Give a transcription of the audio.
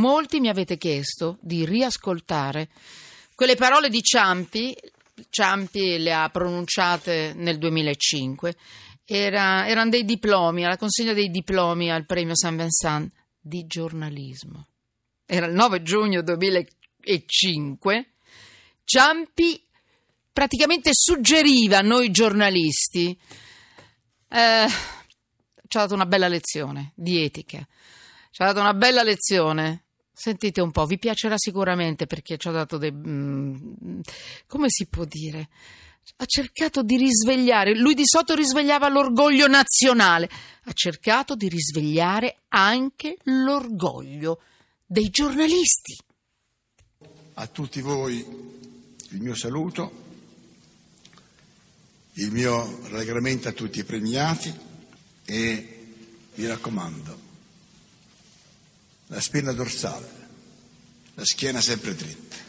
molti mi avete chiesto di riascoltare quelle parole di Ciampi. Ciampi le ha pronunciate nel 2005. Erano dei diplomi, alla consegna dei diplomi al premio Saint Vincent di giornalismo. Era il 9 giugno 2005. Ciampi praticamente suggeriva a noi giornalisti, ci ha dato una bella lezione di etica, ci ha dato una bella lezione. Sentite un po', vi piacerà sicuramente, perché ci ha dato come si può dire? Ha cercato di risvegliare, lui di sotto risvegliava l'orgoglio nazionale, ha cercato di risvegliare anche l'orgoglio dei giornalisti. A tutti voi il mio saluto, il mio rallegramento a tutti i premiati e mi raccomando, la spina dorsale, la schiena sempre dritta.